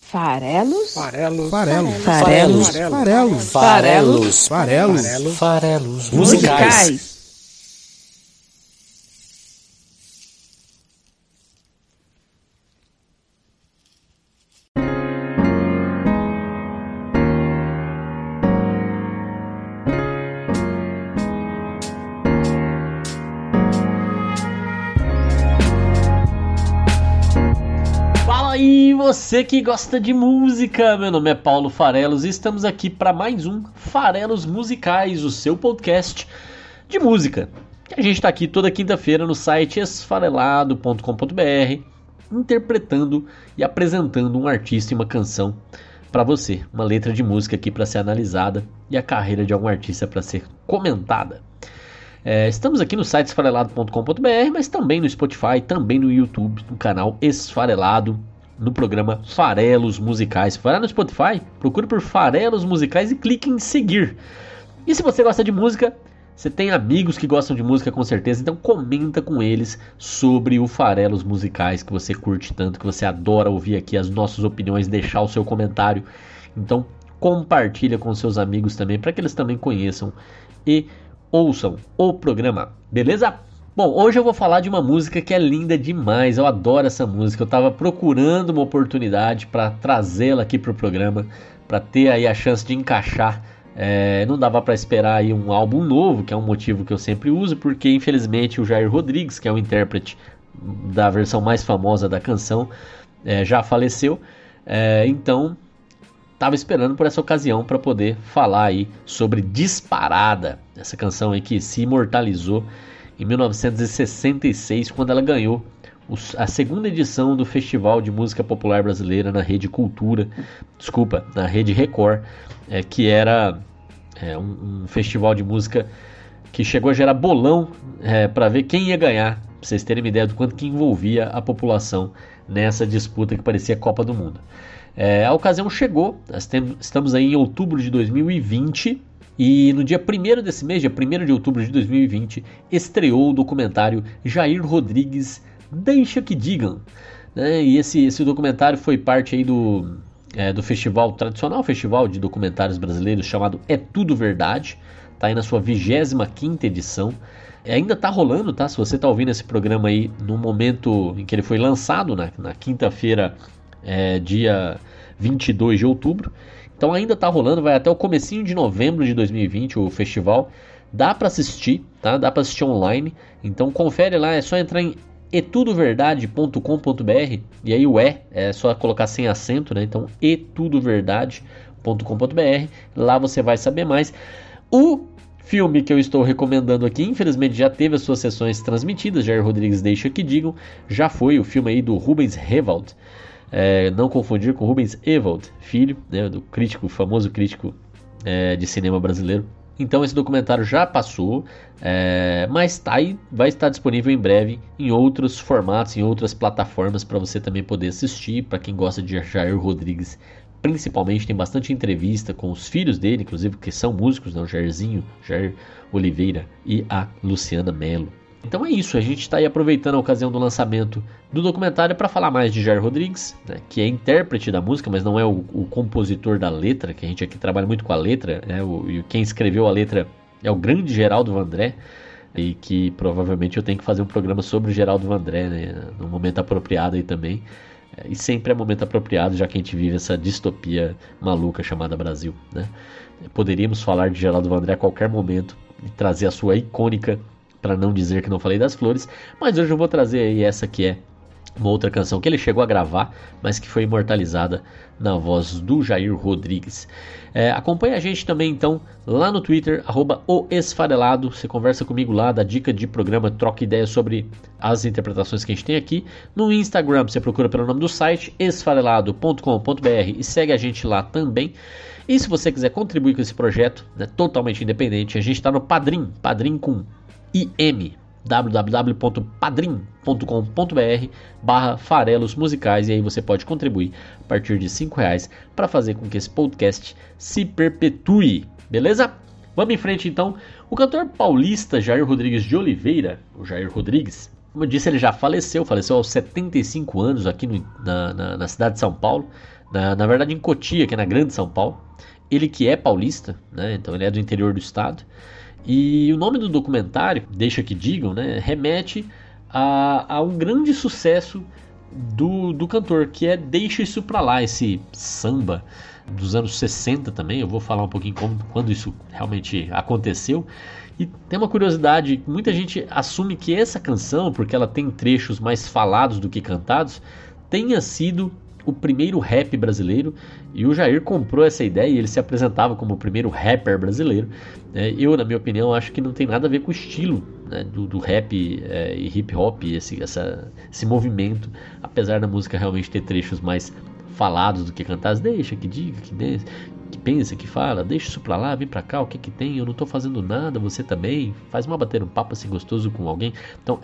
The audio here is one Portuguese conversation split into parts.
Farelos? Farelos. Farelos. Farelos. Farelos. Farelos. Farelos. Farelos Musicais. E você que gosta de música, meu nome é Paulo Farelos e estamos aqui para mais um Farelos Musicais, o seu podcast de música. A gente está aqui toda quinta-feira no site esfarelado.com.br interpretando e apresentando um artista e uma canção para você, uma letra de música aqui para ser analisada e a carreira de algum artista para ser comentada. Estamos aqui no site esfarelado.com.br, mas também no Spotify, também no YouTube, no canal Esfarelado, no programa Farelos Musicais. Se for lá no Spotify, procure por Farelos Musicais e clique em seguir. E se você gosta de música, você tem amigos que gostam de música com certeza, então comenta com eles sobre o Farelos Musicais que você curte tanto, que você adora ouvir aqui as nossas opiniões, deixar o seu comentário. Então compartilha com seus amigos também, para que eles também conheçam e ouçam o programa, beleza? Bom, hoje eu vou falar de uma música que é linda demais, eu adoro essa música, eu estava procurando uma oportunidade para trazê-la aqui para o programa, para ter aí a chance de encaixar, não dava para esperar aí um álbum novo, que é um motivo que eu sempre uso, porque infelizmente o Jair Rodrigues, que é o intérprete da versão mais famosa da canção, já faleceu, então estava esperando por essa ocasião para poder falar aí sobre Disparada, essa canção aí que se imortalizou em 1966, quando ela ganhou a segunda edição do Festival de Música Popular Brasileira na Rede na Rede Record, que era um festival de música que chegou a gerar bolão para ver quem ia ganhar, para vocês terem uma ideia do quanto que envolvia a população nessa disputa que parecia Copa do Mundo. A ocasião chegou, estamos aí em outubro de 2020 e no dia 1º desse mês, dia 1º de outubro de 2020, estreou o documentário Jair Rodrigues, Deixa que Digam. E esse documentário foi parte aí do festival, tradicional festival de documentários brasileiros chamado É Tudo Verdade, está aí na sua 25ª edição. Ainda está rolando, tá? Se você está ouvindo esse programa aí no momento em que ele foi lançado, na quinta-feira, dia 22 de outubro, então ainda tá rolando, vai até o comecinho de novembro de 2020 o festival, dá para assistir, tá? Dá para assistir online, então confere lá, é só entrar em etudoverdade.com.br e aí o é só colocar sem acento, né? Então etudoverdade.com.br, lá você vai saber mais. O filme que eu estou recomendando aqui, infelizmente já teve as suas sessões transmitidas, Jair Rodrigues Deixa que Digam, já foi o filme aí do Rubens Ewald. Não confundir com Rubens Ewald, filho, né, do famoso crítico de cinema brasileiro. Então esse documentário já passou, mas vai estar disponível em breve em outros formatos, em outras plataformas para você também poder assistir. Para quem gosta de Jair Rodrigues, principalmente, tem bastante entrevista com os filhos dele, inclusive, que são músicos, né, o Jairzinho, Jair Oliveira e a Luciana Mello. Então é isso, a gente está aí aproveitando a ocasião do lançamento do documentário para falar mais de Jair Rodrigues, né, que é intérprete da música, mas não é o compositor da letra, que a gente aqui trabalha muito com a letra, né, e quem escreveu a letra é o grande Geraldo Vandré, e que provavelmente eu tenho que fazer um programa sobre o Geraldo Vandré, né, no momento apropriado aí também, e sempre é momento apropriado, já que a gente vive essa distopia maluca chamada Brasil, né. Poderíamos falar de Geraldo Vandré a qualquer momento e trazer a sua icônica, para não dizer que não falei das flores, mas hoje eu vou trazer aí essa que é uma outra canção que ele chegou a gravar, mas que foi imortalizada na voz do Jair Rodrigues. Acompanhe a gente também então lá no Twitter, @oesfarelado, você conversa comigo lá, dá dica de programa, troca ideias sobre as interpretações que a gente tem aqui. No Instagram você procura pelo nome do site, esfarelado.com.br, e segue a gente lá também. E se você quiser contribuir com esse projeto, né, totalmente independente, a gente está no Padrim com IM, www.padrim.com.br/Farelos Musicais, e aí você pode contribuir a partir de R$5 para fazer com que esse podcast se perpetue, beleza? Vamos em frente então. O cantor paulista Jair Rodrigues de Oliveira, o Jair Rodrigues, como eu disse, ele já faleceu aos 75 anos aqui na cidade de São Paulo, na verdade em Cotia, que é na Grande São Paulo. Ele que é paulista, né? Então ele é do interior do estado. E o nome do documentário, Deixa Que Digam, né, remete a um grande sucesso do cantor, que é Deixa Isso Pra Lá, esse samba dos anos 60 também. Eu vou falar um pouquinho quando isso realmente aconteceu. E tem uma curiosidade, muita gente assume que essa canção, porque ela tem trechos mais falados do que cantados, tenha sido o primeiro rap brasileiro, e o Jair comprou essa ideia e ele se apresentava como o primeiro rapper brasileiro. Eu, na minha opinião, acho que não tem nada a ver com o estilo, né, do rap e hip hop, esse movimento, apesar da música realmente ter trechos mais falados do que cantados. Deixa que diga, que pensa, que fala, deixa isso pra lá, vem pra cá, o que que tem, eu não tô fazendo nada, você também, faz uma bater um papo assim gostoso com alguém. Então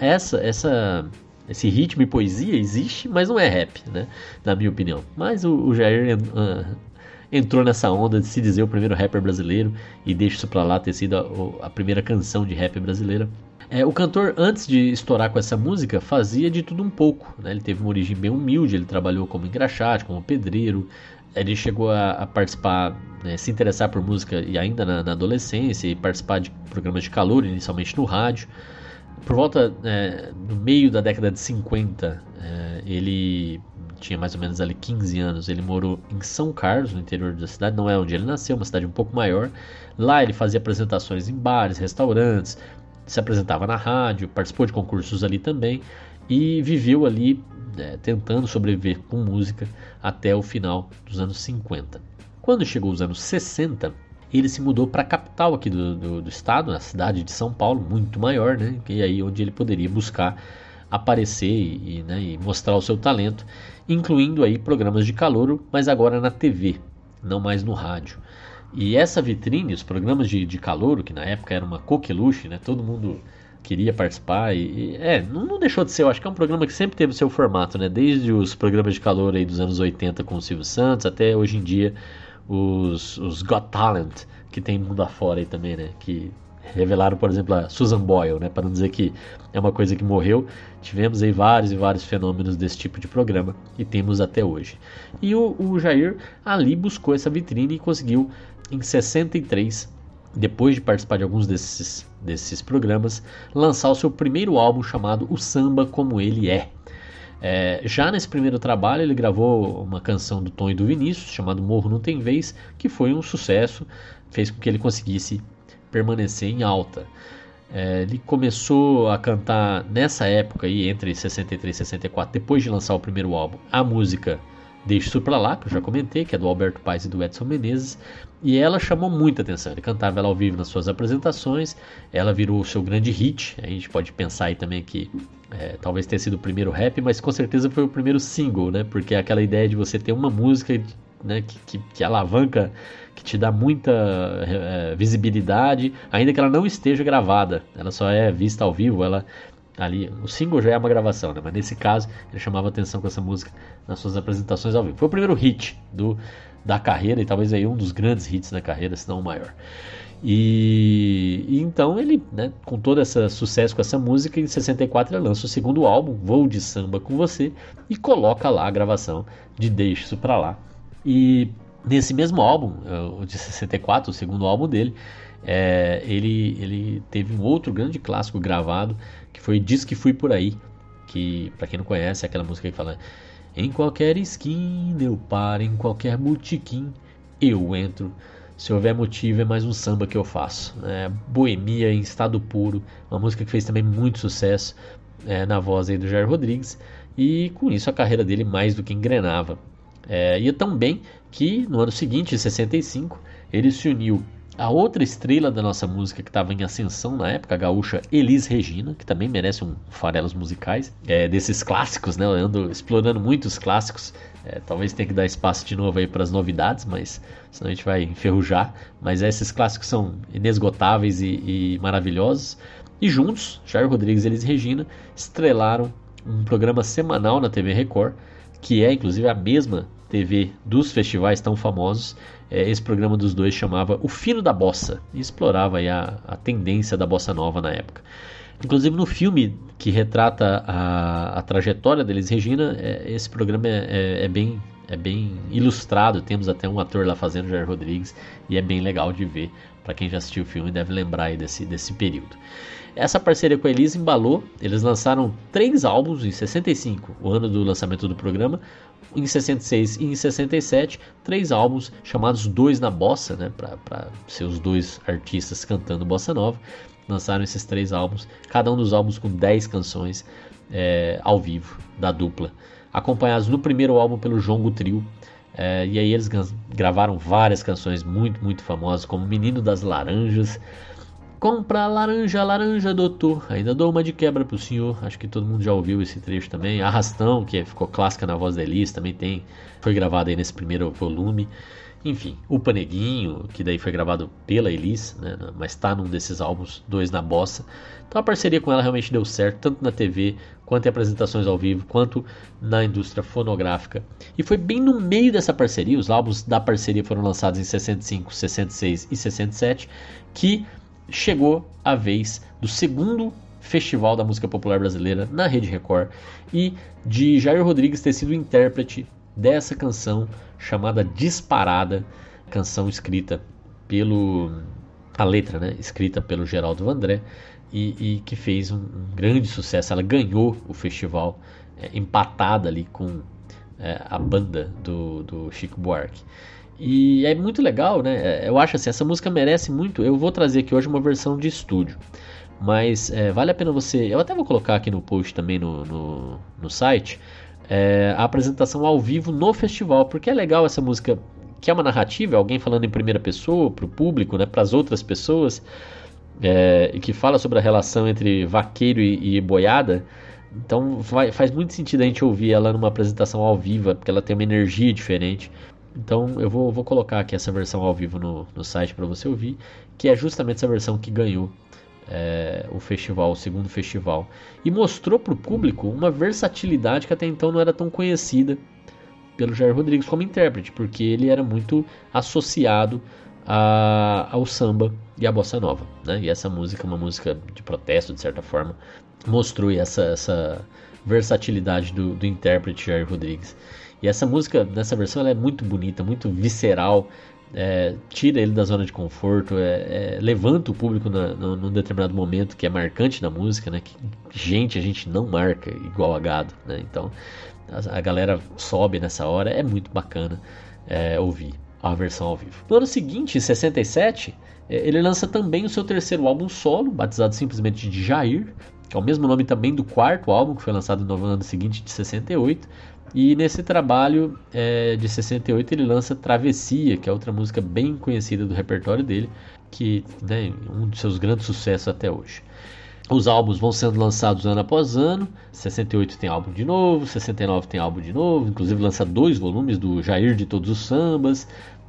esse ritmo e poesia existe, mas não é rap, né? Na minha opinião. Mas o Jair entrou nessa onda de se dizer o primeiro rapper brasileiro, e Deixa Isso Pra Lá ter sido a primeira canção de rap brasileira. O cantor, antes de estourar com essa música, fazia de tudo um pouco, né? Ele teve uma origem bem humilde, ele trabalhou como engraxate, como pedreiro. Ele chegou a participar, né, se interessar por música e ainda na adolescência, e participar de programas de calor, inicialmente no rádio. Por volta do meio da década de 50, ele tinha mais ou menos ali 15 anos, ele morou em São Carlos, no interior da cidade, não é onde ele nasceu, uma cidade um pouco maior. Lá ele fazia apresentações em bares, restaurantes, se apresentava na rádio, participou de concursos ali também, e viveu ali tentando sobreviver com música até o final dos anos 50. Quando chegou os anos 60, ele se mudou para a capital aqui do estado, na cidade de São Paulo, muito maior, né? E aí onde ele poderia buscar aparecer e mostrar o seu talento, incluindo aí programas de calouro, mas agora na TV, não mais no rádio. E essa vitrine, os programas de calouro, que na época era uma coqueluche, né? Todo mundo queria participar não deixou de ser. Eu acho que é um programa que sempre teve o seu formato, né? Desde os programas de calouro aí dos anos 80 com o Silvio Santos até hoje em dia os Got Talent, que tem mundo afora aí também, né? Que revelaram, por exemplo, a Susan Boyle, né? Para não dizer que é uma coisa que morreu. Tivemos aí vários e vários fenômenos desse tipo de programa e temos até hoje. E o Jair ali buscou essa vitrine e conseguiu, em 63, depois de participar de alguns desses programas, lançar o seu primeiro álbum chamado O Samba Como Ele É. Já nesse primeiro trabalho ele gravou uma canção do Tom e do Vinícius chamado Morro Não Tem Vez, que foi um sucesso, fez com que ele conseguisse permanecer em alta. Ele começou a cantar nessa época aí, entre 63 e 64, depois de lançar o primeiro álbum, a música Deixa Isso Pra Lá, que eu já comentei, que é do Alberto Paes e do Edson Menezes, e ela chamou muita atenção. Ele cantava ela ao vivo nas suas apresentações, ela virou o seu grande hit. A gente pode pensar aí também que talvez tenha sido o primeiro rap, mas com certeza foi o primeiro single, né? Porque é aquela ideia de você ter uma música, né, que alavanca, que te dá muita visibilidade, ainda que ela não esteja gravada, ela só é vista ao vivo. Ali, o single já é uma gravação, né? Mas nesse caso ele chamava atenção com essa música nas suas apresentações ao vivo. Foi o primeiro hit da carreira, e talvez aí um dos grandes hits da carreira, se não o maior. E então ele, né, com todo esse sucesso com essa música, em 64 ele lança o segundo álbum, Vou de Samba Com Você, e coloca lá a gravação de Deixa Isso Pra Lá. E nesse mesmo álbum, o de 64, o segundo álbum dele, ele teve um outro grande clássico gravado, que foi Diz Que Fui Por Aí, que, pra quem não conhece, é aquela música que fala: em qualquer esquina eu paro, em qualquer botequim eu entro, se houver motivo é mais um samba que eu faço. Boemia em estado puro, uma música que fez também muito sucesso na voz aí do Jair Rodrigues, e com isso a carreira dele mais do que engrenava. Ia tão bem que no ano seguinte, em 65, ele se uniu a outra estrela da nossa música que estava em ascensão na época, a gaúcha Elis Regina, que também merece um Farelos Musicais, desses clássicos, né? Eu ando explorando muitos clássicos, talvez tenha que dar espaço de novo aí para as novidades, mas senão a gente vai enferrujar. Mas esses clássicos são inesgotáveis e maravilhosos. E juntos, Jair Rodrigues e Elis Regina estrelaram um programa semanal na TV Record, que é inclusive a mesma TV dos festivais tão famosos. Esse programa dos dois chamava O Fino da Bossa, e explorava aí a tendência da bossa nova na época. Inclusive no filme que retrata a trajetória da Elis Regina, esse programa é bem bem ilustrado. Temos até um ator lá fazendo, Jair Rodrigues, e é bem legal de ver. Para quem já assistiu o filme deve lembrar aí desse período. Essa parceria com a Elis embalou. Eles lançaram 3 álbuns em 65, o ano do lançamento do programa. Em 66 e em 67, 3 álbuns chamados Dois na Bossa, né, para ser os 2 artistas cantando bossa nova. Lançaram esses 3 álbuns, cada um dos álbuns com 10 canções ao vivo da dupla, acompanhados no primeiro álbum pelo Jongo Trio. E aí eles gravaram várias canções muito, muito famosas, como Menino das Laranjas, Compra laranja, laranja, doutor, ainda dou uma de quebra pro senhor. Acho que todo mundo já ouviu esse trecho também. Arrastão, que ficou clássica na voz da Elis, também foi gravada aí nesse primeiro volume. Enfim, o Paneguinho, que daí foi gravado pela Elis, né, mas está num desses álbuns, Dois na Bossa. Então a parceria com ela realmente deu certo, tanto na TV, quanto em apresentações ao vivo, quanto na indústria fonográfica. E foi bem no meio dessa parceria, os álbuns da parceria foram lançados em 65, 66 e 67, que chegou a vez do segundo Festival da Música Popular Brasileira na Rede Record e de Jair Rodrigues ter sido intérprete dessa canção chamada Disparada, canção escrita a letra, né, escrita pelo Geraldo Vandré e que fez um grande sucesso. Ela ganhou o festival empatada ali com a banda do Chico Buarque. E é muito legal, né? Eu acho assim, essa música merece muito. Eu vou trazer aqui hoje uma versão de estúdio, mas vale a pena você... Eu até vou colocar aqui no post também no site a apresentação ao vivo no festival, porque é legal essa música, que é uma narrativa, alguém falando em primeira pessoa para o público, né, para as outras pessoas, e que fala sobre a relação entre vaqueiro e boiada. Então faz muito sentido a gente ouvir ela numa apresentação ao vivo, porque ela tem uma energia diferente. Então eu vou colocar aqui essa versão ao vivo no site para você ouvir, que é justamente essa versão que ganhou o festival, o segundo festival, e mostrou para o público uma versatilidade que até então não era tão conhecida pelo Jair Rodrigues como intérprete, porque ele era muito associado ao samba e à bossa nova, né? E essa música é uma música de protesto, de certa forma, mostrou essa versatilidade do intérprete Jair Rodrigues. E essa música, nessa versão, ela é muito bonita, muito visceral, tira ele da zona de conforto, levanta o público num determinado momento que é marcante na música, né? Que a gente não marca igual a gado, né? Então a galera sobe nessa hora, é muito bacana ouvir a versão ao vivo. No ano seguinte, em 67, ele lança também o seu terceiro álbum solo, batizado simplesmente de Jair, que é o mesmo nome também do quarto álbum, que foi lançado no ano seguinte, de 68. E nesse trabalho de 68 ele lança Travessia, que é outra música bem conhecida do repertório dele, que é um dos seus grandes sucessos até hoje. Os álbuns vão sendo lançados ano após ano. 68 tem álbum de novo, 69 tem álbum de novo, inclusive lança 2 volumes do Jair de Todos os Sambas.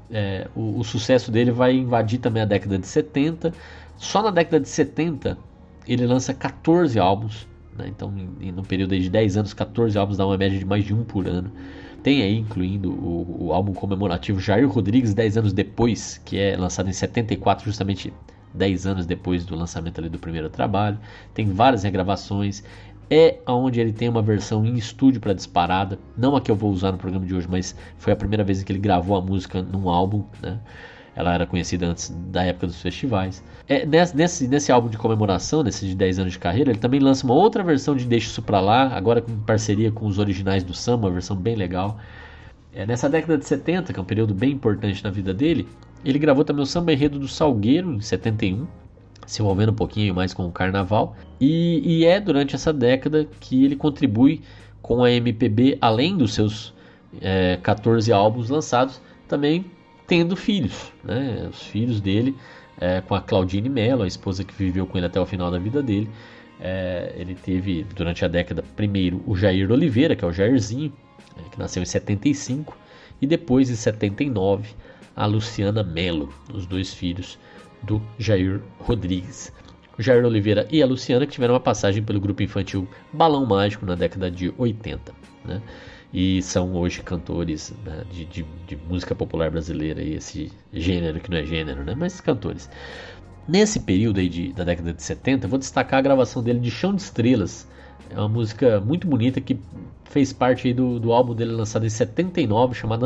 O sucesso dele vai invadir também a década de 70. Só na década de 70 ele lança 14 álbuns. Então, no período aí de 10 anos, 14 álbuns dá uma média de mais de um por ano. Tem aí, incluindo o álbum comemorativo Jair Rodrigues 10 anos depois, que é lançado em 74, justamente 10 anos depois do lançamento ali do primeiro trabalho. Tem várias regravações. Onde ele tem uma versão em estúdio para Disparada. Não a que eu vou usar no programa de hoje, mas foi a primeira vez que ele gravou a música num álbum, né? Ela era conhecida antes da época dos festivais. Nesse álbum de comemoração, nesse de 10 anos de carreira, ele também lança uma outra versão de Deixa Isso Pra Lá, agora em parceria com os originais do samba, uma versão bem legal. Nessa década de 70, que é um período bem importante na vida dele, ele gravou também o Samba Enredo do Salgueiro, em 71, se envolvendo um pouquinho mais com o carnaval. E é durante essa década que ele contribui com a MPB, além dos seus 14 álbuns lançados, também tendo filhos, né? Os filhos dele, com a Claudine Mello, a esposa que viveu com ele até o final da vida dele. Ele teve durante a década primeiro o Jair Oliveira, que é o Jairzinho, que nasceu em 75, e depois em 79 a Luciana Mello, os 2 filhos do Jair Rodrigues. O Jair Oliveira e a Luciana, que tiveram uma passagem pelo grupo infantil Balão Mágico na década de 80, né? E são hoje cantores, né, de música popular brasileira, e esse gênero que não é gênero, né, mas cantores. Nesse período aí da década de 70, eu vou destacar a gravação dele de Chão de Estrelas, É uma música muito bonita que fez parte aí do álbum dele lançado em 79, chamado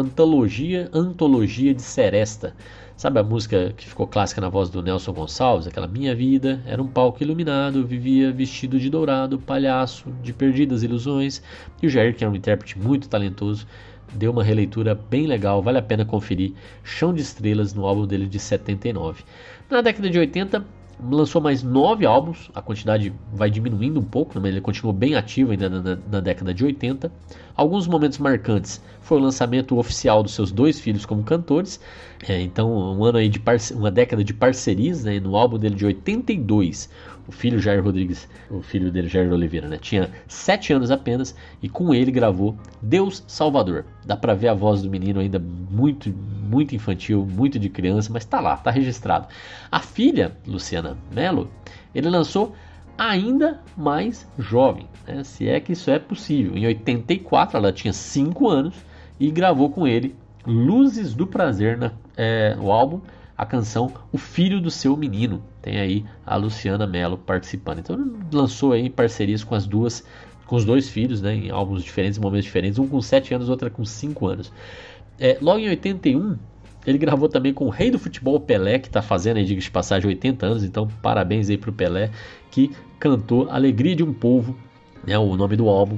Antologia de Seresta. Sabe a música que ficou clássica na voz do Nelson Gonçalves? Aquela Minha vida era um palco iluminado, vivia vestido de dourado, palhaço, de perdidas ilusões. E o Jair, que é um intérprete muito talentoso, deu uma releitura bem legal, vale a pena conferir. Chão de Estrelas, no álbum dele de 79. Na década de 80, lançou mais 9 álbuns, a quantidade vai diminuindo um pouco, mas ele continuou bem ativo ainda na década de 80. Alguns momentos marcantes foi o lançamento oficial dos seus 2 filhos como cantores, então um ano aí uma década de parcerias, né? No álbum dele de 82, o filho Jair Rodrigues, o filho dele Jair Oliveira, né? Tinha 7 anos apenas e com ele gravou Deus Salvador. Dá pra ver a voz do menino ainda muito, muito infantil, muito de criança, mas tá lá, tá registrado. A filha, Luciana Mello, ele lançou ainda mais jovem, né? Se é que isso é possível. Em 84 ela tinha 5 anos e gravou com ele Luzes do Prazer, o álbum, a canção O Filho do Seu Menino. Tem aí a Luciana Mello participando. Então lançou aí parcerias com os 2 filhos, né, em álbuns diferentes, em momentos diferentes, um com 7 anos, outra com 5 anos. Logo em 81, ele gravou também com o rei do futebol Pelé, que está fazendo, aí, diga-se de passagem, 80 anos, então parabéns aí pro Pelé, que cantou Alegria de um Povo, né, o nome do álbum,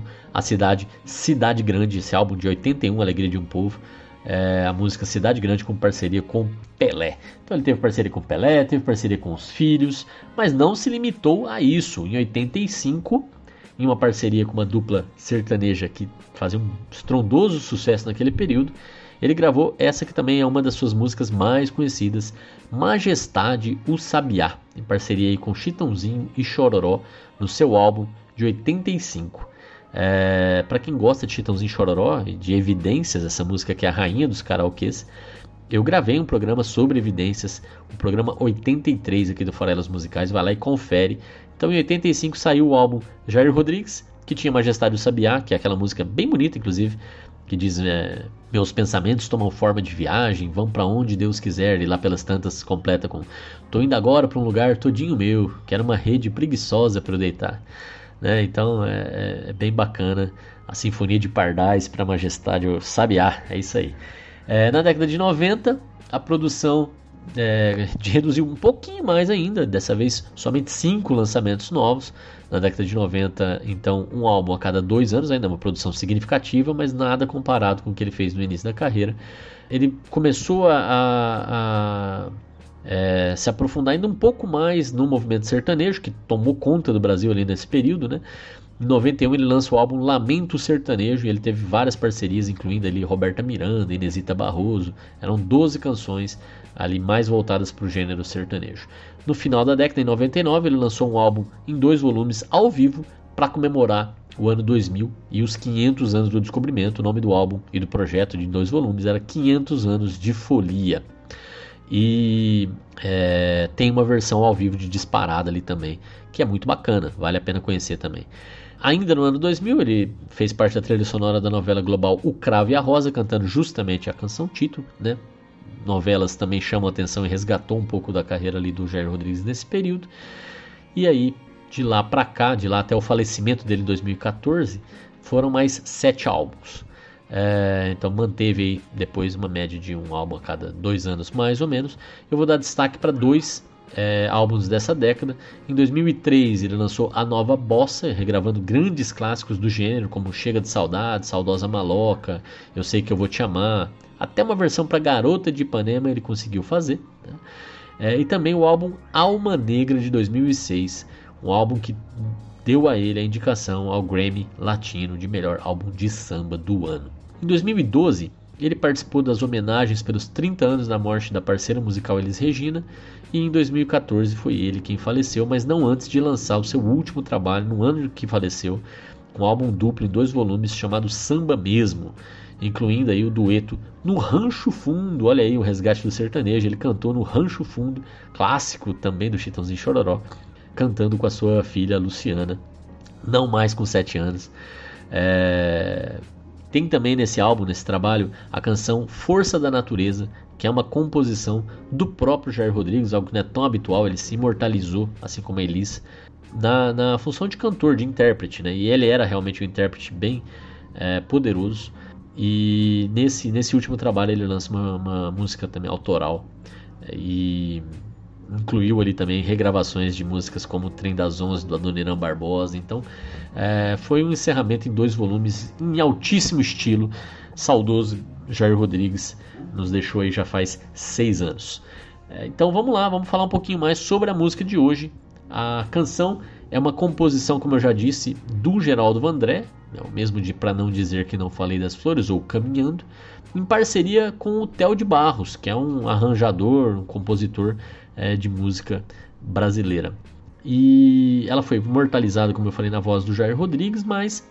Cidade Grande, esse álbum de 81, Alegria de um Povo, a música Cidade Grande com parceria com Pelé. Então ele teve parceria com Pelé, teve parceria com os filhos, mas não se limitou a isso. Em 85, em uma parceria com uma dupla sertaneja que fazia um estrondoso sucesso naquele período, ele gravou essa que também é uma das suas músicas mais conhecidas, Majestade o Sabiá, em parceria aí com Chitãozinho e Chororó, no seu álbum de 85. Para quem gosta de Chitãozinho e Chororó e de Evidências, essa música que é a rainha dos karaokês, eu gravei um programa sobre Evidências, o programa 83 aqui do Farelos Musicais, vai lá e confere. Então em 85 saiu o álbum Jair Rodrigues, que tinha Majestade o Sabiá, que é aquela música bem bonita inclusive, que diz, meus pensamentos tomam forma de viagem, vão pra onde Deus quiser, e lá pelas tantas completa com, tô indo agora pra um lugar todinho meu, quero uma rede preguiçosa pra eu deitar, né? Então é bem bacana, a Sinfonia de Pardais pra Majestade o Sabiá, é isso aí. Na década de 90, a produção reduziu um pouquinho mais ainda, dessa vez somente 5 lançamentos novos. Na década de 90, então, um álbum a cada 2 anos, ainda uma produção significativa, mas nada comparado com o que ele fez no início da carreira. Ele começou a se aprofundar ainda um pouco mais no movimento sertanejo, que tomou conta do Brasil ali nesse período, né? Em 91 ele lança o álbum Lamento Sertanejo, e ele teve várias parcerias, incluindo ali Roberta Miranda, Inesita Barroso. Eram 12 canções ali mais voltadas para o gênero sertanejo. No final da década, em 99, ele lançou um álbum em 2 volumes ao vivo para comemorar o ano 2000 e os 500 anos do descobrimento. O nome do álbum e do projeto de 2 volumes era 500 anos de folia. E tem uma versão ao vivo de Disparada ali também, que é muito bacana, vale a pena conhecer também. Ainda no ano 2000, ele fez parte da trilha sonora da novela global O Cravo e a Rosa, cantando justamente a canção título, né? Novelas também chamam a atenção e resgatou um pouco da carreira ali do Jair Rodrigues nesse período. E aí, de lá pra cá, de lá até o falecimento dele em 2014, foram mais 7 álbuns. Então manteve aí depois uma média de um álbum a cada 2 anos mais ou menos. Eu vou dar destaque para 2 álbuns dessa década. Em 2003 ele lançou A Nova Bossa, regravando grandes clássicos do gênero como Chega de Saudade, Saudosa Maloca, Eu Sei Que Eu Vou Te Amar. Até uma versão para Garota de Ipanema ele conseguiu fazer, né? E também o álbum Alma Negra de 2006, um álbum que deu a ele a indicação ao Grammy Latino de melhor álbum de samba do ano. Em 2012 ele participou das homenagens pelos 30 anos da morte da parceira musical Elis Regina, e em 2014 foi ele quem faleceu, mas não antes de lançar o seu último trabalho no ano que faleceu, um álbum duplo em 2 volumes chamado Samba Mesmo, incluindo aí o dueto No Rancho Fundo. Olha aí o resgate do sertanejo, ele cantou No Rancho Fundo, clássico também do Chitãozinho e Chororó, cantando com a sua filha Luciana, não mais com 7 anos. Tem também nesse álbum, nesse trabalho, a canção Força da Natureza, que é uma composição do próprio Jair Rodrigues, algo que não é tão habitual. Ele se imortalizou, assim como a Elis, na função de cantor, de intérprete, né? E ele era realmente um intérprete bem poderoso. E nesse último trabalho ele lança uma música também autoral, e incluiu ali também regravações de músicas como o Trem das Onze, do Adoniran Barbosa. Então foi um encerramento em 2 volumes em altíssimo estilo. Saudoso Jair Rodrigues nos deixou aí já faz 6 anos. Então vamos lá, vamos falar um pouquinho mais sobre a música de hoje. A canção é uma composição, como eu já disse, do Geraldo Vandré, o mesmo de Pra Não Dizer Que Não Falei das Flores, ou Caminhando, em parceria com o Theo de Barros, que é um arranjador, um compositor de música brasileira. E ela foi imortalizada, como eu falei, na voz do Jair Rodrigues, mas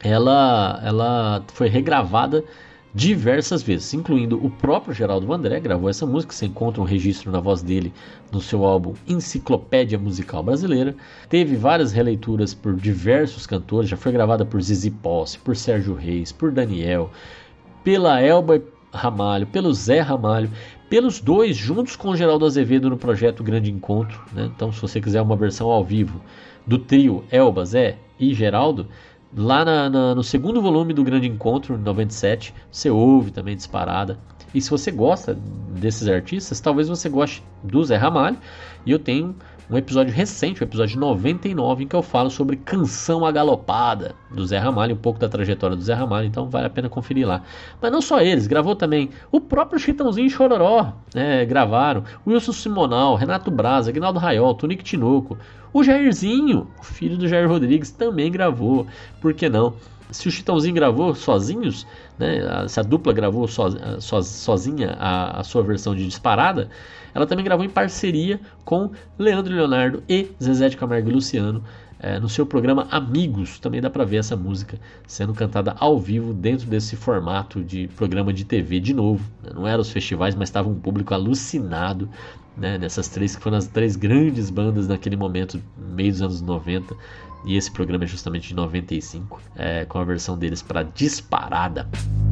ela foi regravada diversas vezes, incluindo o próprio Geraldo Vandré gravou essa música. Você encontra um registro na voz dele no seu álbum Enciclopédia Musical Brasileira. Teve várias releituras por diversos cantores, já foi gravada por Zizi Posse, por Sérgio Reis, por Daniel, pela Elba Ramalho, pelo Zé Ramalho, pelos dois juntos com o Geraldo Azevedo no projeto Grande Encontro, né? Então, se você quiser uma versão ao vivo do trio Elba, Zé e Geraldo, lá no segundo volume do Grande Encontro, em 97, você ouve também disparada. E se você gosta desses artistas, talvez você goste do Zé Ramalho. E eu tenho um episódio recente, o episódio 99, em que eu falo sobre Canção Agalopada, do Zé Ramalho, um pouco da trajetória do Zé Ramalho, então vale a pena conferir lá. Mas não só eles, gravou também o próprio Chitãozinho e Chororó, gravaram, Wilson Simonal, Renato Braz, Aguinaldo Raiol, Tonico Tinoco, o Jairzinho, o filho do Jair Rodrigues, também gravou, por que não? Se o Chitãozinho gravou sozinhos, né, se a dupla gravou sozinha a sua versão de Disparada, ela também gravou em parceria com Leandro e Leonardo e Zezé de Camargo e Luciano, no seu programa Amigos. Também dá pra ver essa música sendo cantada ao vivo dentro desse formato de programa de TV de novo, né? Não eram os festivais, mas estava um público alucinado, né, nessas três, que foram as 3 grandes bandas naquele momento, meio dos anos 90. E esse programa é justamente de 95, com a versão deles para Disparada.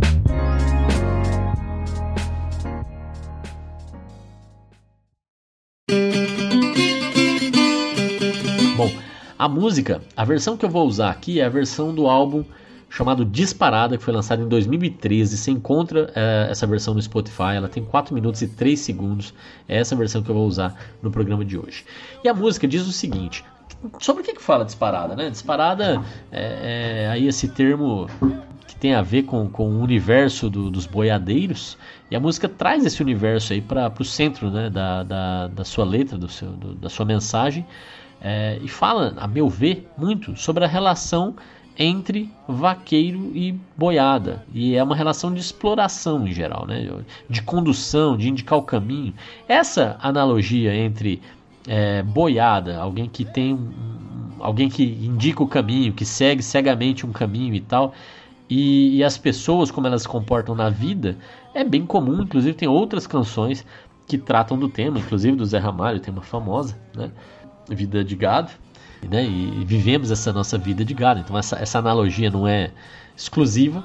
Bom, a música, a versão que eu vou usar aqui é a versão do álbum chamado Disparada, que foi lançado em 2013. Você encontra essa versão no Spotify, ela tem 4 minutos e 3 segundos. É essa versão que eu vou usar no programa de hoje. E a música diz o seguinte: sobre o que fala Disparada, né? Disparada aí esse termo que tem a ver com o universo dos boiadeiros, e a música traz esse universo aí para o centro, né, da sua letra, da sua mensagem, e fala, a meu ver, muito sobre a relação entre vaqueiro e boiada, e é uma relação de exploração em geral, né, de condução, de indicar o caminho. Essa analogia entre boiada, alguém que tem alguém que indica o caminho, que segue cegamente um caminho e tal, e as pessoas, como elas se comportam na vida, é bem comum. Inclusive tem outras canções que tratam do tema, inclusive do Zé Ramalho tem uma famosa, né, Vida de Gado, né, e vivemos essa nossa vida de gado. Então essa analogia não é exclusiva,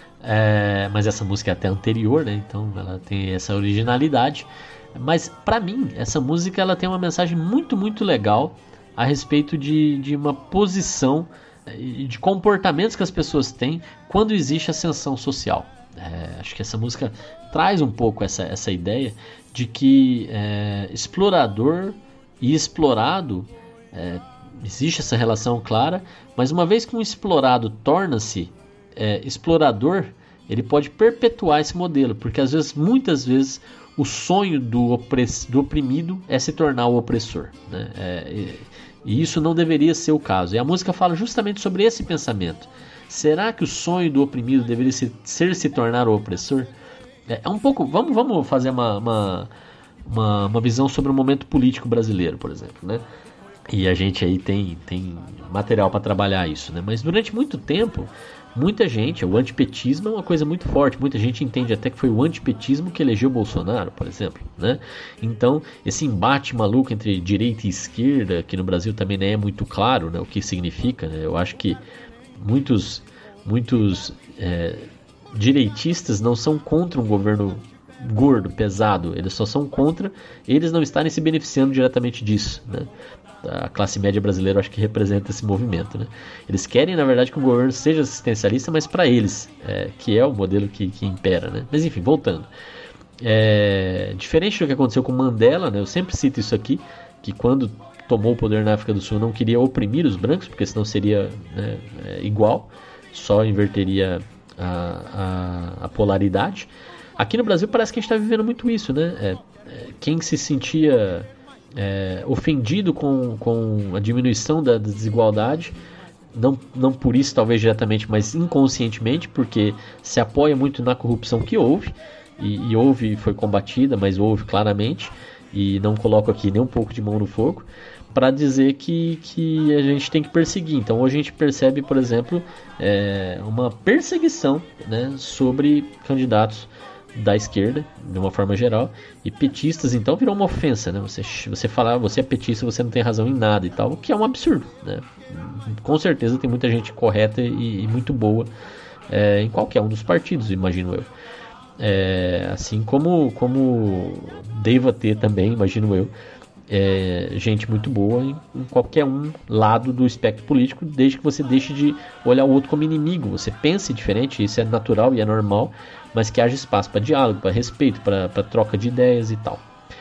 mas essa música é até anterior, né, então ela tem essa originalidade. Mas para mim essa música ela tem uma mensagem muito, muito legal a respeito de uma posição e de comportamentos que as pessoas têm quando existe ascensão social. Acho que essa música traz um pouco essa ideia de que explorador e explorado, existe essa relação clara, mas uma vez que um explorado torna-se explorador, ele pode perpetuar esse modelo, porque muitas vezes o sonho do oprimido é se tornar o opressor, né? E isso não deveria ser o caso. E a música fala justamente sobre esse pensamento. Será que o sonho do oprimido deveria ser se tornar o opressor? É um pouco. Vamos fazer uma visão sobre o momento político brasileiro, por exemplo, né? E a gente aí tem material para trabalhar isso, né? Mas durante muito tempo, muita gente, o antipetismo é uma coisa muito forte. Muita gente entende até que foi o antipetismo que elegeu Bolsonaro, por exemplo, né? Então, esse embate maluco entre direita e esquerda, que no Brasil também não é muito claro, né, o que significa, né? Eu acho que muitos direitistas não são contra um governo gordo, pesado, eles só são contra eles não estarem se beneficiando diretamente disso, né? A classe média brasileira acho que representa esse movimento, né? Eles querem, na verdade, que o governo seja assistencialista, mas para eles, que é o modelo que impera, né? Mas enfim, voltando. Diferente do que aconteceu com Mandela, né? Eu sempre cito isso aqui, que quando tomou o poder na África do Sul não queria oprimir os brancos, porque senão seria, né, igual, só inverteria a polaridade. Aqui no Brasil parece que a gente está vivendo muito isso, né? Quem se sentia ofendido com a diminuição da desigualdade, não por isso talvez diretamente, mas inconscientemente, porque se apoia muito na corrupção que houve, e houve, foi combatida, mas houve claramente, e não coloco aqui nem um pouco de mão no fogo, para dizer que a gente tem que perseguir. Então hoje a gente percebe, por exemplo, uma perseguição, né, sobre candidatos da esquerda, de uma forma geral, e petistas, então virou uma ofensa, né? Você falar, você é petista, você não tem razão em nada e tal, o que é um absurdo, né? Com certeza tem muita gente correta e muito boa em qualquer um dos partidos, imagino eu. Assim como deva ter também, imagino eu, gente muito boa em qualquer um lado do espectro político, desde que você deixe de olhar o outro como inimigo, você pense diferente, isso é natural e é normal, mas que haja espaço para diálogo, para respeito, para troca de ideias e tal.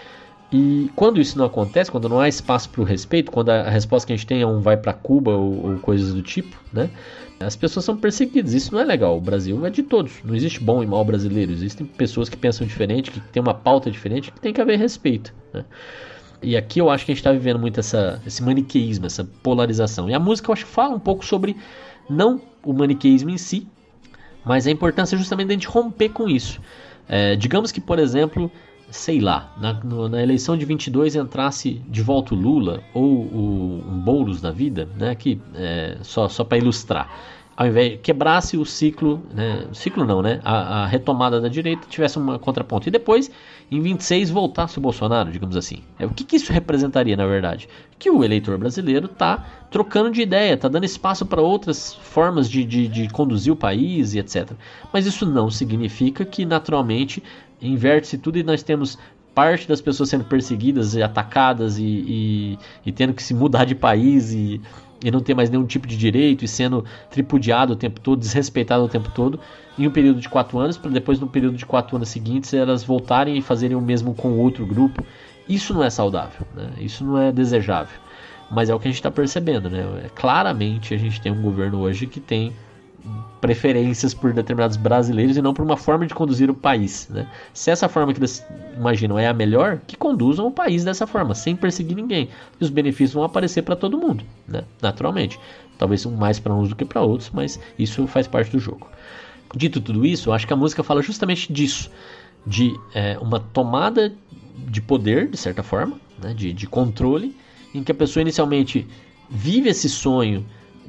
E quando isso não acontece, quando não há espaço para o respeito, quando a resposta que a gente tem é um vai para Cuba ou coisas do tipo, né? As pessoas são perseguidas, isso não é legal. O Brasil é de todos, não existe bom e mal brasileiro, existem pessoas que pensam diferente, que têm uma pauta diferente, que tem que haver respeito, né? E aqui eu acho que a gente está vivendo muito esse maniqueísmo, essa polarização. E a música eu acho que fala um pouco sobre, não o maniqueísmo em si, mas a importância justamente de a gente romper com isso. Digamos que, por exemplo, sei lá, na eleição de 22 entrasse de volta o Lula ou um Boulos da vida, né, que, só para ilustrar, ao invés de quebrasse o ciclo, né, o ciclo não, né, a retomada da direita tivesse uma contraponto, e depois em 26 voltasse o Bolsonaro, digamos assim. O que isso representaria, na verdade? Que o eleitor brasileiro está trocando de ideia, está dando espaço para outras formas de conduzir o país e etc. Mas isso não significa que naturalmente inverte-se tudo e nós temos parte das pessoas sendo perseguidas e atacadas e tendo que se mudar de país e não ter mais nenhum tipo de direito e sendo tripudiado o tempo todo, desrespeitado o tempo todo, em um período de 4 anos, para depois no período de 4 anos seguintes elas voltarem e fazerem o mesmo com outro grupo. Isso não é saudável, né? Isso não é desejável, mas é o que a gente está percebendo, né? Claramente a gente tem um governo hoje que tem preferências por determinados brasileiros e não por uma forma de conduzir o país, né? Se essa forma que eles imaginam é a melhor, que conduzam o país dessa forma, sem perseguir ninguém. E os benefícios vão aparecer para todo mundo, né? Naturalmente. Talvez mais para uns do que para outros, mas isso faz parte do jogo. Dito tudo isso, eu acho que a música fala justamente disso, de uma tomada de poder, de certa forma, né? de controle, em que a pessoa inicialmente vive esse sonho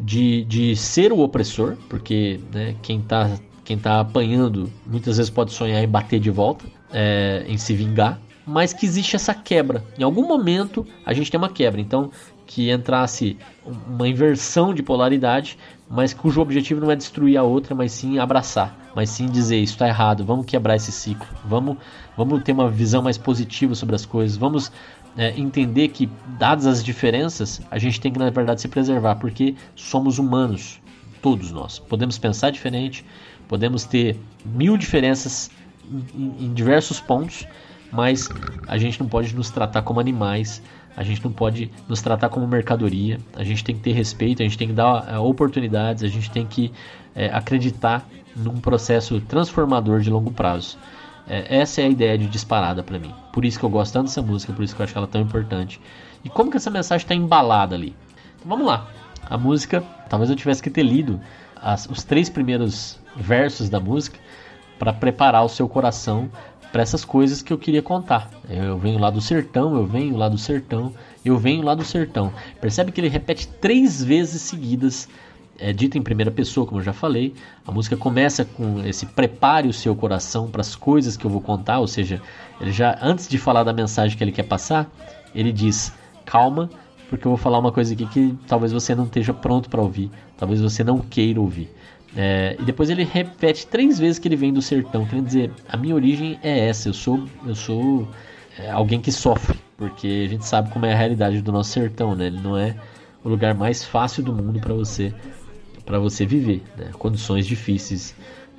de ser o opressor, porque, né, quem tá apanhando muitas vezes pode sonhar em bater de volta, em se vingar, mas que existe essa quebra. Em algum momento a gente tem uma quebra, então que entrasse uma inversão de polaridade, mas cujo objetivo não é destruir a outra, mas sim abraçar, mas sim dizer, isso está errado, vamos quebrar esse ciclo, vamos ter uma visão mais positiva sobre as coisas, vamos entender que, dadas as diferenças, a gente tem que, na verdade, se preservar, porque somos humanos, todos nós. Podemos pensar diferente, podemos ter 1000 diferenças em diversos pontos, mas a gente não pode nos tratar como animais, a gente não pode nos tratar como mercadoria, a gente tem que ter respeito, a gente tem que dar oportunidades, a gente tem que acreditar num processo transformador de longo prazo. Essa é a ideia de Disparada pra mim. Por isso que eu gosto tanto dessa música, por isso que eu acho ela tão importante. E como que essa mensagem está embalada ali? Então vamos lá. A música, talvez eu tivesse que ter lido os 3 primeiros versos da música para preparar o seu coração para essas coisas que eu queria contar. Eu venho lá do sertão, eu venho lá do sertão, eu venho lá do sertão. Percebe que ele repete 3 vezes seguidas, dita em primeira pessoa, como eu já falei. A música começa com esse prepare o seu coração para as coisas que eu vou contar, ou seja, ele já, antes de falar da mensagem que ele quer passar, ele diz, calma, porque eu vou falar uma coisa aqui que talvez você não esteja pronto para ouvir, talvez você não queira ouvir. E depois ele repete 3 vezes que ele vem do sertão, querendo dizer, a minha origem é essa, eu sou alguém que sofre, porque a gente sabe como é a realidade do nosso sertão, né? Ele não é o lugar mais fácil do mundo para você viver, né? Condições difíceis,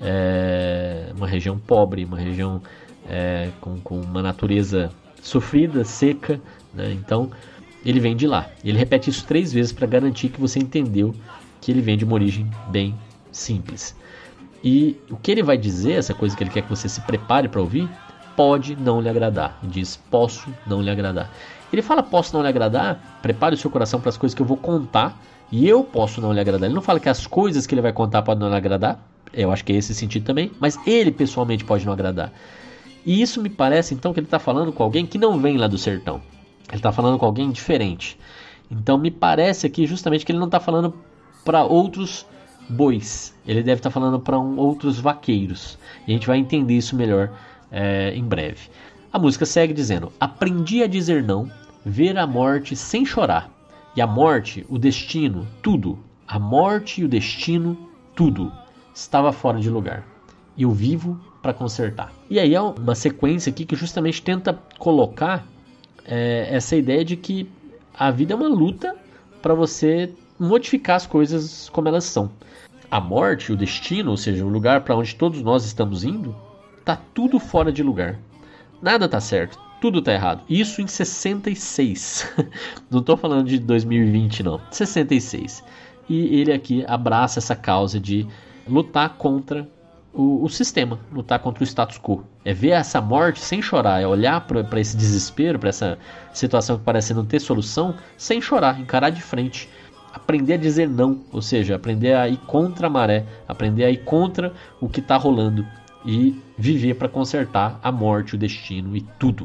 uma região pobre, uma região com uma natureza sofrida, seca, né? Então ele vem de lá. Ele repete isso 3 vezes para garantir que você entendeu que ele vem de uma origem bem simples. E o que ele vai dizer, essa coisa que ele quer que você se prepare para ouvir, pode não lhe agradar. Ele diz, posso não lhe agradar. Ele fala, posso não lhe agradar, prepare o seu coração para as coisas que eu vou contar e eu posso não lhe agradar. Ele não fala que as coisas que ele vai contar podem não lhe agradar, eu acho que é esse sentido também, mas ele pessoalmente pode não agradar. E isso me parece então que ele está falando com alguém que não vem lá do sertão. Ele está falando com alguém diferente. Então me parece aqui justamente que ele não está falando para outros bois. Ele deve estar falando para outros vaqueiros. E a gente vai entender isso melhor em breve. A música segue dizendo: aprendi a dizer não, ver a morte sem chorar. E a morte, o destino, tudo. A morte e o destino, tudo. Estava fora de lugar. E eu vivo para consertar. E aí é uma sequência aqui que justamente tenta colocar essa ideia de que a vida é uma luta para você modificar as coisas como elas são. A morte, o destino, ou seja, o lugar para onde todos nós estamos indo, tá tudo fora de lugar. Nada tá certo, tudo tá errado. Isso em 66. Não estou falando de 2020 não, 66. E ele aqui abraça essa causa de lutar contra o sistema, lutar contra o status quo. É ver essa morte sem chorar, é olhar para esse desespero, para essa situação que parece não ter solução, sem chorar, encarar de frente. Aprender a dizer não, ou seja, aprender a ir contra a maré, aprender a ir contra o que está rolando e viver para consertar a morte, o destino e tudo.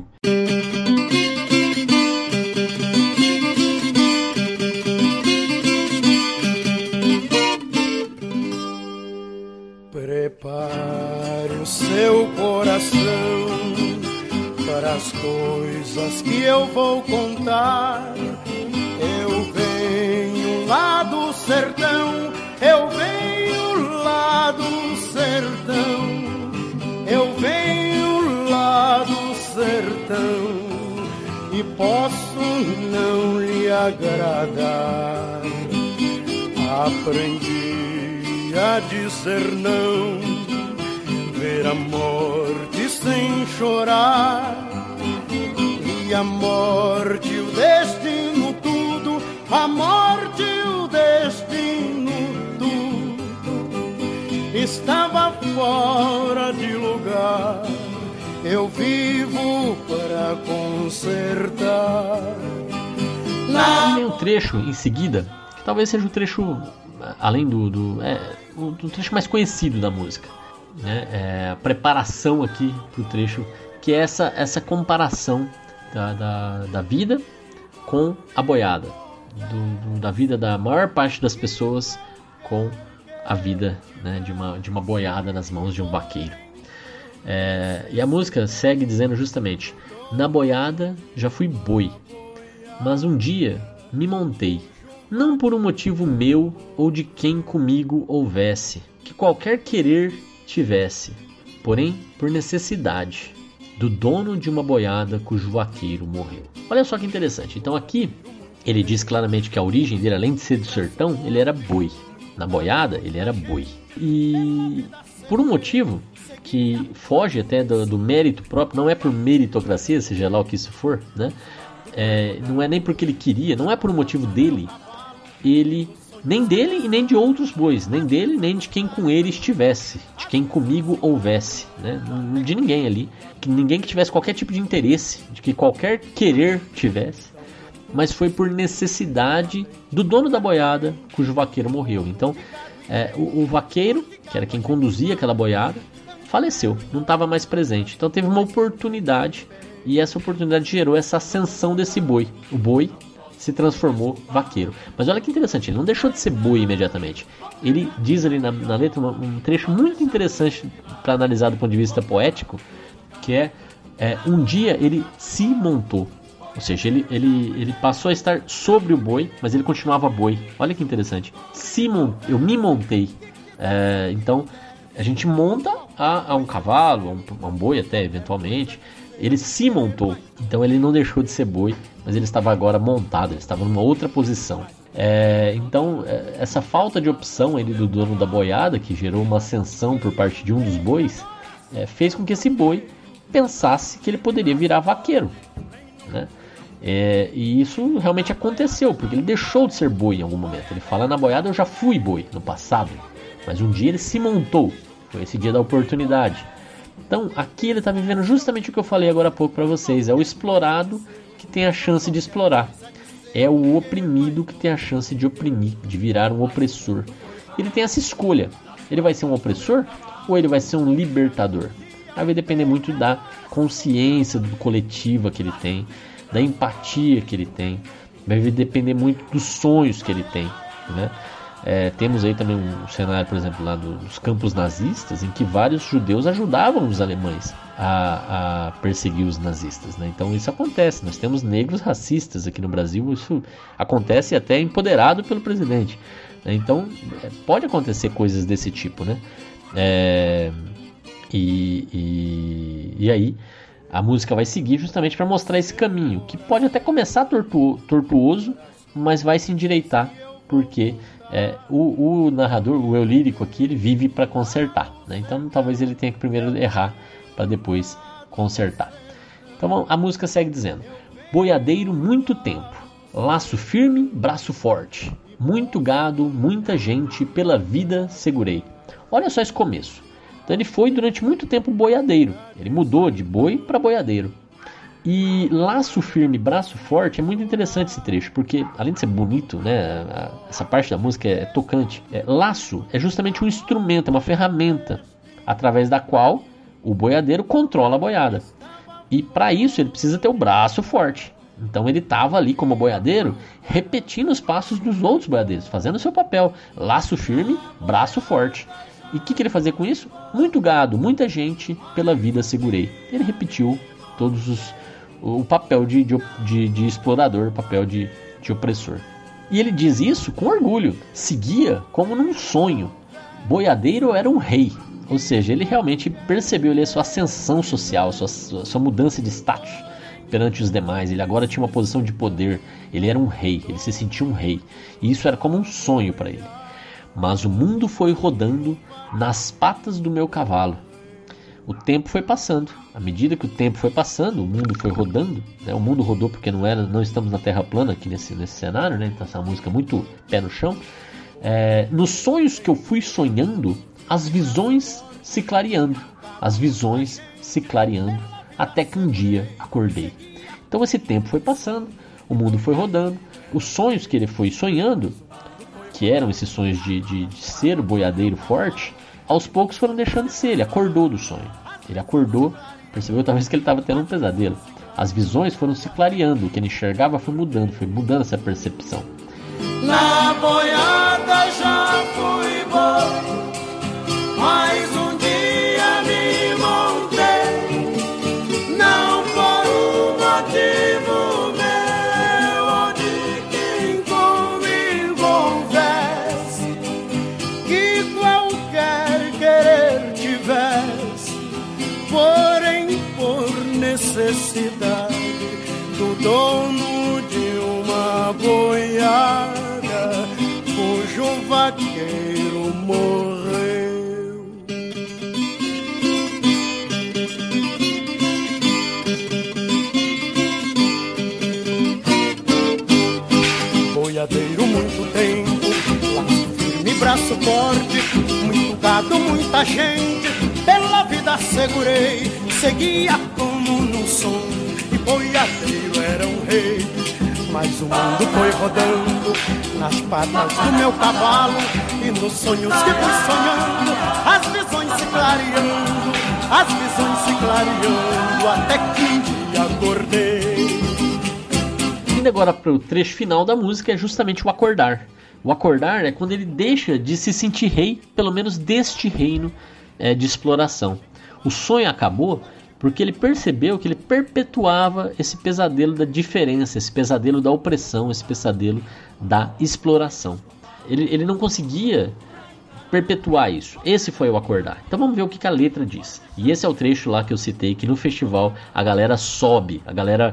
Prepare o seu coração para as coisas que eu vou contar. Eu venho lá do sertão, eu venho lá do sertão, eu venho lá do sertão e posso não lhe agradar. Aprendi a dizer não, ver a morte sem chorar, e a morte, o destino, tudo, a morte, o destino, tudo, estava fora de lugar. Eu vivo para consertar. Tem um trecho em seguida, que talvez seja o trecho, além do trecho mais conhecido da música, né? A preparação aqui pro trecho, que é essa comparação da vida com a boiada, da vida da maior parte das pessoas com a vida, né, de uma boiada nas mãos de um vaqueiro. E a música segue dizendo justamente: na boiada já fui boi, mas um dia me montei, não por um motivo meu ou de quem comigo houvesse, que qualquer querer tivesse, porém por necessidade do dono de uma boiada cujo vaqueiro morreu. Olha só que interessante. Então aqui ele diz claramente que a origem dele, além de ser do sertão, ele era boi. Na boiada ele era boi. E por um motivo que foge até do mérito próprio, não é por meritocracia, seja lá o que isso for, né? Não é nem porque ele queria, não é por um motivo dele, nem dele e nem de outros bois, nem dele nem de quem com ele estivesse, de quem comigo houvesse, né? De ninguém ali, ninguém que tivesse qualquer tipo de interesse, de que qualquer querer tivesse, mas foi por necessidade do dono da boiada cujo vaqueiro morreu. Então o vaqueiro, que era quem conduzia aquela boiada, faleceu, não estava mais presente. Então teve uma oportunidade, e essa oportunidade gerou essa ascensão desse boi. O boi se transformou vaqueiro. Mas olha que interessante, ele não deixou de ser boi imediatamente. Ele diz ali na letra um trecho muito interessante para analisar do ponto de vista poético, que um dia ele se montou. Ou seja, ele passou a estar sobre o boi, mas ele continuava boi. Olha que interessante. Eu me montei, Então a gente monta a um cavalo, a um boi até eventualmente. Ele se montou, então ele não deixou de ser boi, mas ele estava agora montado, ele estava numa outra posição. Então essa falta de opção do dono da boiada, que gerou uma ascensão por parte de um dos bois, fez com que esse boi pensasse que ele poderia virar vaqueiro, né? E isso realmente aconteceu, porque ele deixou de ser boi em algum momento. Ele fala: na boiada eu já fui boi no passado, mas um dia ele se montou, foi esse dia da oportunidade. Então aqui ele está vivendo justamente o que eu falei agora há pouco para vocês. É o explorado que tem a chance de explorar, é o oprimido que tem a chance de oprimir, de virar um opressor. Ele tem essa escolha: ele vai ser um opressor ou ele vai ser um libertador? Aí vai depender muito da consciência coletiva que ele tem, da empatia que ele tem, vai depender muito dos sonhos que ele tem, né? Temos aí também um cenário, por exemplo, lá dos campos nazistas, em que vários judeus ajudavam os alemães a perseguir os nazistas, né? Então isso acontece, nós temos negros racistas aqui no Brasil, isso acontece até empoderado pelo presidente, né? Então pode acontecer coisas desse tipo, né? E aí a música vai seguir justamente para mostrar esse caminho, que pode até começar tortuoso, mas vai se endireitar, porque o narrador, o eu lírico aqui, ele vive para consertar, né? Então talvez ele tenha que primeiro errar para depois consertar. Então a música segue dizendo: boiadeiro muito tempo, laço firme, braço forte, muito gado, muita gente, pela vida segurei. Olha só esse começo. Então ele foi durante muito tempo boiadeiro, ele mudou de boi para boiadeiro. E laço firme, braço forte, é muito interessante esse trecho, porque além de ser bonito, né, essa parte da música é tocante. Laço é justamente um instrumento, é uma ferramenta através da qual o boiadeiro controla a boiada. E para isso ele precisa ter o braço forte. Então ele estava ali como boiadeiro, repetindo os passos dos outros boiadeiros, fazendo o seu papel. Laço firme, braço forte. E o que ele fazia com isso? Muito gado, muita gente, pela vida segurei. Ele repetiu o papel de explorador, o papel de opressor. E ele diz isso com orgulho, seguia como num sonho. Boiadeiro era um rei, ou seja, ele realmente percebeu a sua ascensão social, sua mudança de status perante os demais. Ele agora tinha uma posição de poder, ele era um rei, ele se sentia um rei. E isso era como um sonho para ele. Mas o mundo foi rodando nas patas do meu cavalo. O tempo foi passando. À medida que o tempo foi passando, o mundo foi rodando, né? O mundo rodou porque não estamos na Terra plana aqui nesse cenário, né? Então essa música é muito pé no chão. Nos sonhos que eu fui sonhando, as visões se clareando. As visões se clareando. Até que um dia acordei. Então esse tempo foi passando, o mundo foi rodando. Os sonhos que ele foi sonhando, que eram esses sonhos de ser o boiadeiro forte, aos poucos foram deixando de ser. Ele acordou do sonho. Ele acordou, percebeu talvez que ele estava tendo um pesadelo. As visões foram se clareando, o que ele enxergava foi mudando essa percepção. Na boiada já fui bom, mas um dia me montei, não por um motivo meu ou de quem comigo houvesse, que qualquer querer tivesse, porém por necessidade do dono de uma boiada cujo vaqueiro morreu. Boiadeiro muito tempo, laço firme, braço forte, muito gado, muita gente, pela vida segurei, seguia como num sonho, e boiadeiro era um rei. Mas o mundo foi rodando nas patas do meu cavalo, e nos sonhos que fui sonhando, as visões se clareando, até que um dia acordei. Indo agora para o trecho final da música, é justamente o acordar. O acordar é quando ele deixa de se sentir rei, pelo menos deste reino de exploração. O sonho acabou porque ele percebeu que ele perpetuava esse pesadelo da diferença, esse pesadelo da opressão, esse pesadelo da exploração. Ele não conseguia perpetuar isso. Esse foi o acordar. Então vamos ver o que a letra diz. E esse é o trecho lá que eu citei, que no festival a galera sobe, a galera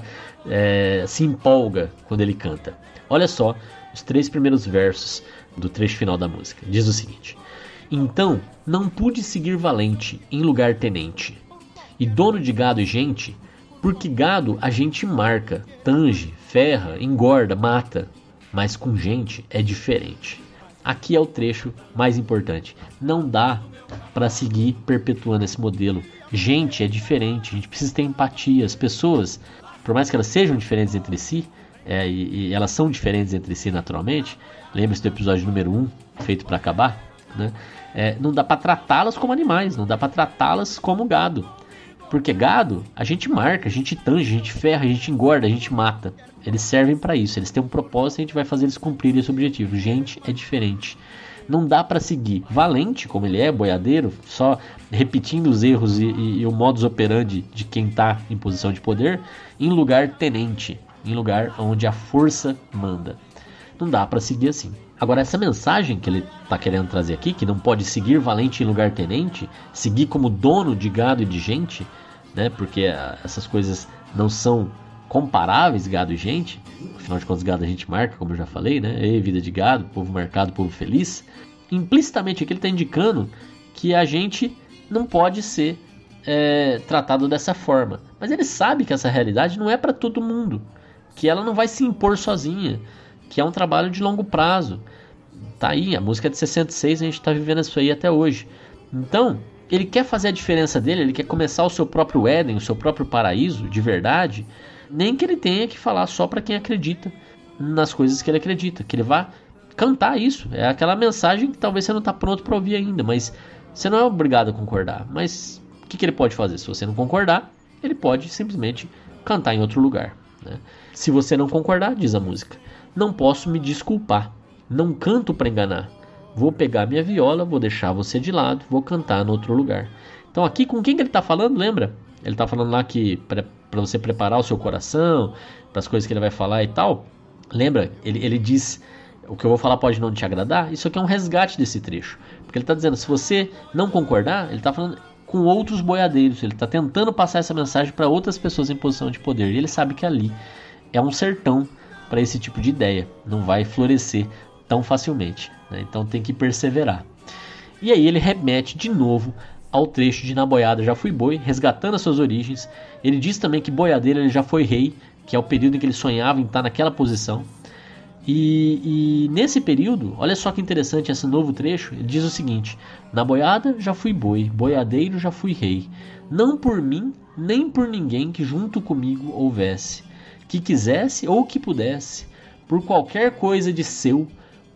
se empolga quando ele canta. Olha só os 3 primeiros versos do trecho final da música. Diz o seguinte: então não pude seguir valente em lugar tenente, e dono de gado e gente, porque gado a gente marca, tange, ferra, engorda, mata, mas com gente é diferente. Aqui é o trecho mais importante. Não dá para seguir perpetuando esse modelo. Gente é diferente, a gente precisa ter empatia. As pessoas, por mais que elas sejam diferentes entre si, e elas são diferentes entre si naturalmente, lembre-se do episódio número 1, feito para acabar, né? Não dá para tratá-las como animais, não dá para tratá-las como gado. Porque gado, a gente marca, a gente tange, a gente ferra, a gente engorda, a gente mata. Eles servem para isso, eles têm um propósito e a gente vai fazer eles cumprirem esse objetivo. Gente é diferente. Não dá para seguir valente, como ele é, boiadeiro, só repetindo os erros e o modus operandi de quem está em posição de poder, em lugar tenente, em lugar onde a força manda. Não dá para seguir assim. Agora, essa mensagem que ele está querendo trazer aqui, que não pode seguir valente em lugar tenente, seguir como dono de gado e de gente, né? Porque essas coisas não são comparáveis, gado e gente. Afinal de contas, gado a gente marca, como eu já falei, né? Ei, vida de gado, povo marcado, povo feliz. Implicitamente aqui ele está indicando que a gente não pode ser tratado dessa forma. Mas ele sabe que essa realidade não é para todo mundo, que ela não vai se impor sozinha, que é um trabalho de longo prazo. Tá aí, a música é de 66, a gente está vivendo isso aí até hoje. Então, ele quer fazer a diferença dele, ele quer começar o seu próprio Éden, o seu próprio paraíso, de verdade, nem que ele tenha que falar só para quem acredita nas coisas que ele acredita, que ele vá cantar isso. É aquela mensagem que talvez você não está pronto para ouvir ainda, mas você não é obrigado a concordar. Mas o que ele pode fazer? Se você não concordar, ele pode simplesmente cantar em outro lugar, né? Se você não concordar, diz a música, não posso me desculpar, não canto para enganar, vou pegar minha viola, vou deixar você de lado, vou cantar em outro lugar. Então aqui com quem que ele está falando, lembra? Ele está falando lá que para você preparar o seu coração, para as coisas que ele vai falar e tal. Lembra? Ele diz, o que eu vou falar pode não te agradar. Isso aqui é um resgate desse trecho, porque ele está dizendo, se você não concordar, ele está falando com outros boiadeiros, ele está tentando passar essa mensagem para outras pessoas em posição de poder, e ele sabe que ali é um sertão para esse tipo de ideia, não vai florescer tão facilmente, né? Então tem que perseverar. E aí ele remete de novo ao trecho de Na Boiada Já Fui Boi, resgatando as suas origens. Ele diz também que boiadeiro ele já foi rei, que é o período em que ele sonhava em estar naquela posição. E nesse período, olha só que interessante esse novo trecho, ele diz o seguinte: na boiada já fui boi, boiadeiro já fui rei, não por mim, nem por ninguém que junto comigo houvesse, que quisesse ou que pudesse, por qualquer coisa de seu,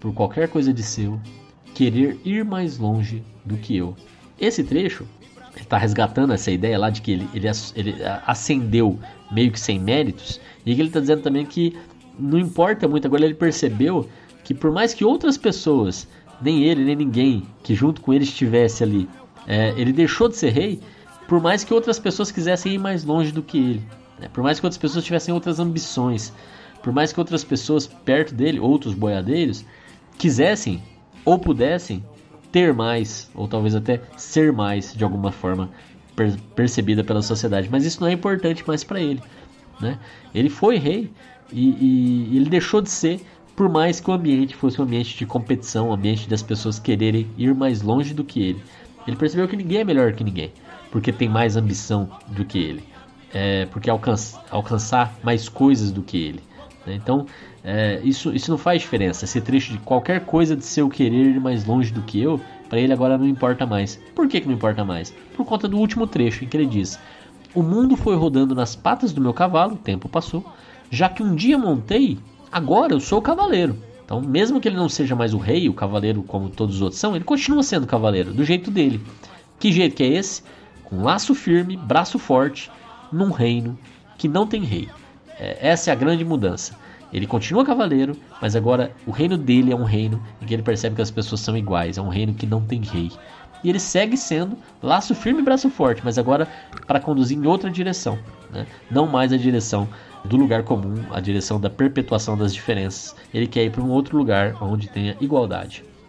querer ir mais longe do que eu. Esse trecho, ele está resgatando essa ideia lá de que ele ascendeu meio que sem méritos, e ele está dizendo também que não importa muito. Agora ele percebeu que por mais que outras pessoas, nem ele nem ninguém que junto com ele estivesse ali, ele deixou de ser rei, por mais que outras pessoas quisessem ir mais longe do que ele, né? Por mais que outras pessoas tivessem outras ambições, por mais que outras pessoas perto dele, outros boiadeiros, quisessem ou pudessem ter mais, ou talvez até ser mais de alguma forma percebida pela sociedade, mas isso não é importante mais para ele, né? Ele foi rei e ele deixou de ser, por mais que o ambiente fosse um ambiente de competição, um ambiente das pessoas quererem ir mais longe do que ele. Ele percebeu que ninguém é melhor que ninguém, porque tem mais ambição do que ele, porque alcançar mais coisas do que ele, né? Então isso não faz diferença. Esse trecho de qualquer coisa de seu querer ir mais longe do que eu, para ele agora não importa mais. Por que não importa mais? Por conta do último trecho em que ele diz: o mundo foi rodando nas patas do meu cavalo, o tempo passou, já que um dia montei, agora eu sou o cavaleiro. Então, mesmo que ele não seja mais o rei, o cavaleiro como todos os outros são, ele continua sendo cavaleiro, do jeito dele. Que jeito que é esse? Com laço firme, braço forte, num reino que não tem rei. Essa é a grande mudança. Ele continua cavaleiro, mas agora o reino dele é um reino em que ele percebe que as pessoas são iguais, é um reino que não tem rei. E ele segue sendo laço firme e braço forte, mas agora para conduzir em outra direção, né? Não mais a direção do lugar comum, a direção da perpetuação das diferenças. Ele quer ir para um outro lugar onde tenha igualdade.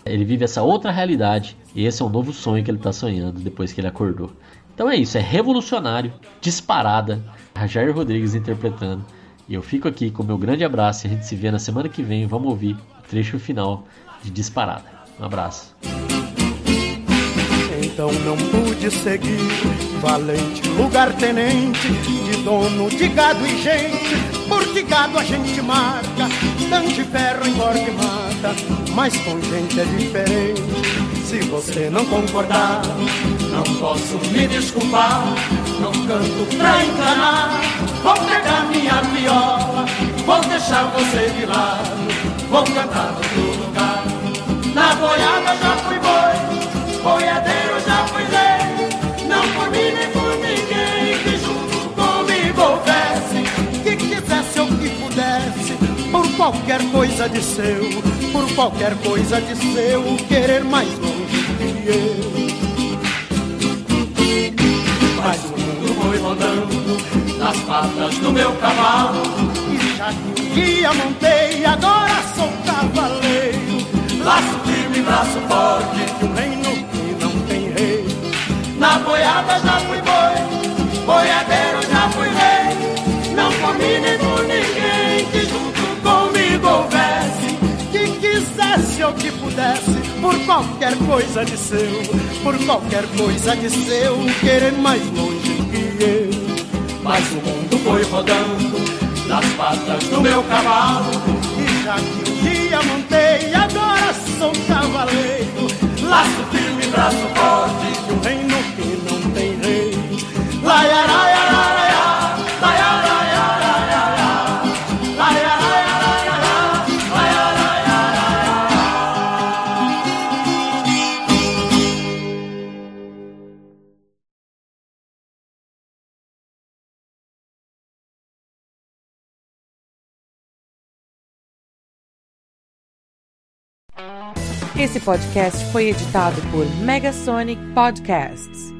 Ele vive essa outra realidade e esse é um novo sonho que ele tá sonhando depois que ele acordou. Então é isso, é revolucionário, disparada, a Jair Rodrigues interpretando. E eu fico aqui com o meu grande abraço e a gente se vê na semana que vem. Vamos ouvir o trecho final de Disparada. Um abraço. Então não pude seguir, valente lugar-tenente, de dono de gado e gente, porque gado a gente marca, tanto de ferro engorda e mata, mas com gente é diferente. Se você não concordar, não posso me desculpar, não canto pra enganar, vou pegar minha viola, vou deixar você de lado, vou cantar no outro lugar. Na boiada já fui boi, boiadeiro já fui rei, não por mim nem por ninguém que junto comigo houvesse, que quisesse ou que pudesse, por qualquer coisa de seu, por qualquer coisa de seu, querer mais longe que eu. Mas o mundo foi rodando nas patas do meu cavalo, e já que um dia montei, agora sou cavaleiro. Laço firme, braço forte, de um reino que não tem rei. Na boiada já fui boi, boiadeiro já fui rei, não por mim nem por ninguém que junto comigo houvesse, que quisesse ou que pudesse, por qualquer coisa de seu, por qualquer coisa de seu, querer mais longe que eu. Mas o mundo foi rodando nas patas do meu cavalo, e já que um dia montei, agora sou cavaleiro. Laço firme, braço forte, de um reino que não tem rei. Laiaraiaraiá, laiaraiaraiá, laiaraiaraiá, laiaraiaraiá. Esse podcast foi editado por Megasonic Podcasts.